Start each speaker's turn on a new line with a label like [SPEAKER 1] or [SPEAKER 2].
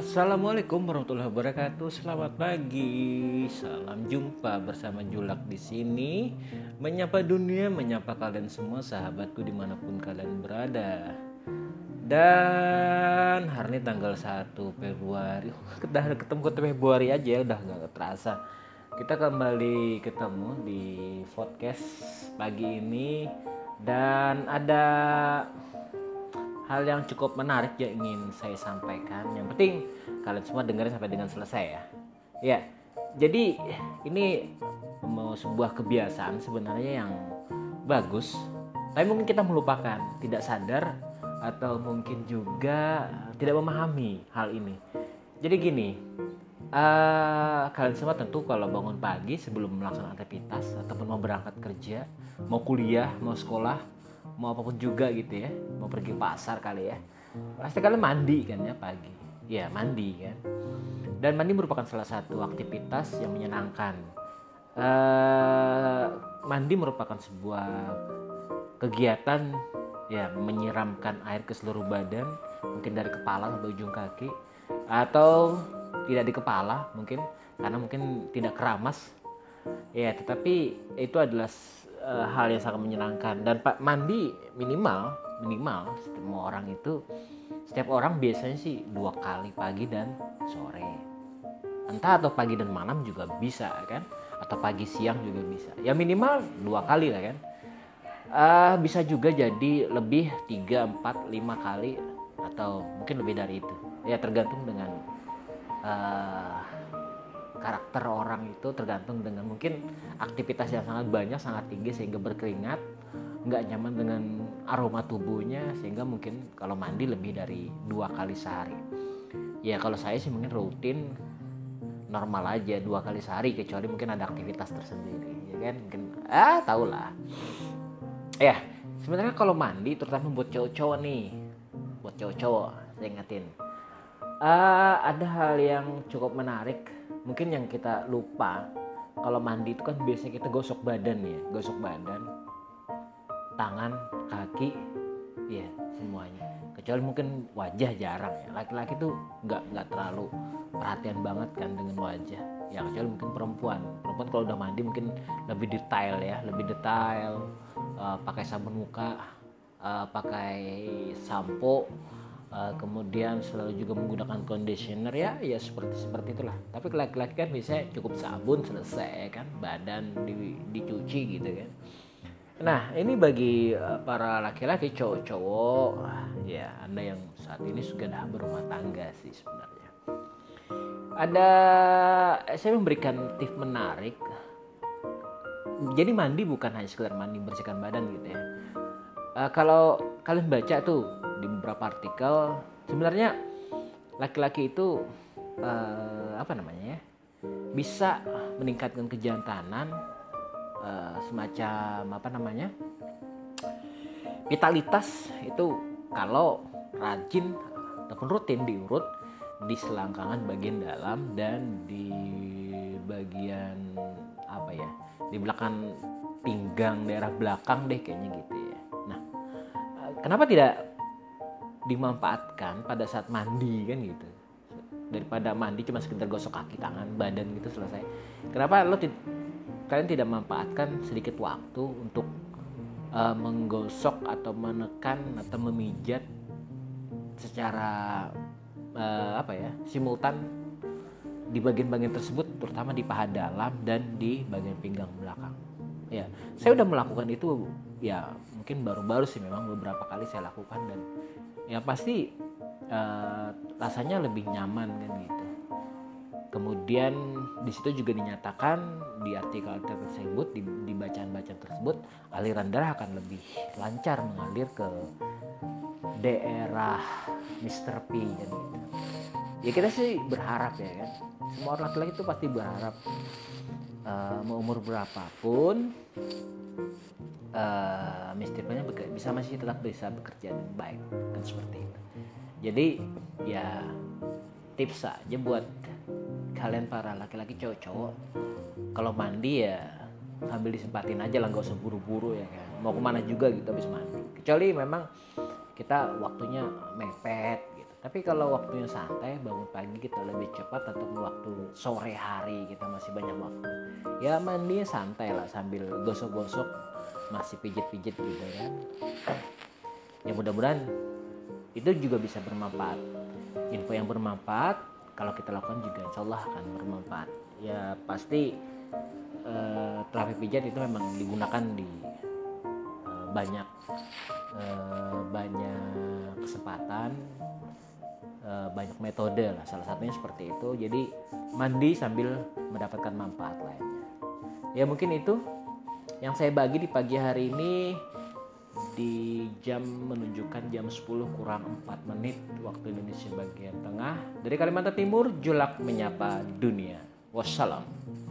[SPEAKER 1] Assalamualaikum warahmatullahi wabarakatuh. Selamat pagi. Salam jumpa bersama Julak di sini, menyapa dunia, menyapa kalian semua sahabatku dimanapun kalian berada. Dan hari ini tanggal 1 Februari. Udah ketemu Februari aja, udah gak terasa. Kita kembali ketemu di podcast pagi ini dan ada hal yang cukup menarik yang ingin saya sampaikan. Yang penting kalian semua dengerin sampai dengan selesai ya. Ya, jadi ini mau sebuah kebiasaan sebenarnya yang bagus, tapi mungkin kita melupakan, tidak sadar, atau mungkin juga tidak memahami hal ini. Jadi gini, kalian semua tentu kalau bangun pagi sebelum melaksanakan aktivitas ataupun mau berangkat kerja, mau kuliah, mau sekolah, mau apapun juga gitu ya, mau pergi pasar kali ya, pasti kalian mandi kan ya pagi. Ya mandi kan. Dan mandi merupakan salah satu aktivitas yang menyenangkan. Mandi merupakan sebuah kegiatan ya, menyiramkan air ke seluruh badan, mungkin dari kepala sampai ujung kaki, atau tidak di kepala mungkin karena mungkin tidak keramas ya, tetapi itu adalah hal yang sangat menyenangkan. Dan Pak mandi minimal semua orang itu, setiap orang biasanya sih 2 kali, pagi dan sore, entah atau pagi dan malam juga bisa kan, atau pagi siang juga bisa, ya minimal 2 kali lah kan. Bisa juga jadi lebih 3, 4, 5 kali atau mungkin lebih dari itu ya, tergantung dengan karakter orang itu, tergantung dengan mungkin aktivitas yang sangat banyak, sangat tinggi sehingga berkeringat, nggak nyaman dengan aroma tubuhnya, sehingga mungkin kalau mandi lebih dari 2 kali sehari. Ya kalau saya sih mungkin rutin normal aja 2 kali sehari, kecuali mungkin ada aktivitas tersendiri ya kan, mungkin tau lah ya. Sebenarnya kalau mandi terutama buat cowok-cowok nih, buat cowok-cowok saya ingetin, ada hal yang cukup menarik mungkin yang kita lupa. Kalau mandi itu kan biasanya kita gosok badan ya, gosok badan, tangan, kaki, ya semuanya. Kecuali mungkin wajah jarang ya. Laki-laki tuh nggak terlalu perhatian banget kan dengan wajah. Ya kecuali mungkin perempuan kalau udah mandi mungkin lebih detail ya, lebih detail. Pakai sabun muka, pakai sampo. Kemudian selalu juga menggunakan conditioner ya seperti itulah. Tapi laki-laki kan bisa cukup sabun selesai kan, badan dicuci gitu kan. Nah ini bagi para laki-laki, cowok-cowok ya, Anda yang saat ini sudah berumah tangga sih sebenarnya, saya memberikan tips menarik. Jadi mandi bukan hanya sekedar mandi bersihkan badan gitu ya. Kalau kalian baca tuh di beberapa artikel, sebenarnya laki-laki itu bisa meningkatkan kejantanan, semacam vitalitas itu kalau rajin ataupun rutin diurut di selangkangan bagian dalam dan di bagian di belakang pinggang, daerah belakang deh kayaknya gitu ya. Nah, kenapa tidak dimanfaatkan pada saat mandi kan gitu, daripada mandi cuma sekedar gosok kaki, tangan, badan gitu selesai. Kenapa kalian tidak manfaatkan sedikit waktu untuk menggosok atau menekan atau memijat secara simultan di bagian-bagian tersebut, terutama di paha dalam dan di bagian pinggang belakang. Ya, saya udah melakukan itu ya, mungkin baru-baru sih, memang beberapa kali saya lakukan dan ya pasti rasanya lebih nyaman kan gitu. Kemudian di situ juga dinyatakan di artikel tersebut, di bacaan-bacaan tersebut, aliran darah akan lebih lancar mengalir ke daerah Mr. P kan gitu. Ya kita sih berharap ya kan, semua orang laki-laki itu pasti berharap mau umur berapapun Mr. P-nya masih tetap bisa bekerja dengan baik kan, seperti itu. Jadi ya tips aja buat kalian para laki-laki, cowok-cowok, kalau mandi ya sambil disempatin aja lah, gak usah buru-buru ya kan, mau kemana juga gitu habis mandi, kecuali memang kita waktunya mepet gitu Tapi kalau waktunya santai, bangun pagi kita lebih cepat, ataupun waktu sore hari kita masih banyak waktu, ya mandinya santai lah sambil gosok-gosok, masih pijit-pijit gitu kan. Ya mudah-mudahan itu juga bisa bermanfaat. Info yang bermanfaat kalau kita lakukan juga insya Allah akan bermanfaat. Ya pasti terapi pijat itu memang digunakan di banyak kesempatan, banyak metode lah, salah satunya seperti itu. Jadi mandi sambil mendapatkan manfaat lainnya. Ya mungkin itu yang saya bagi di pagi hari ini, di jam menunjukkan jam 10 kurang 4 menit waktu Indonesia bagian tengah. Dari Kalimantan Timur, Julak menyapa dunia. Wassalam.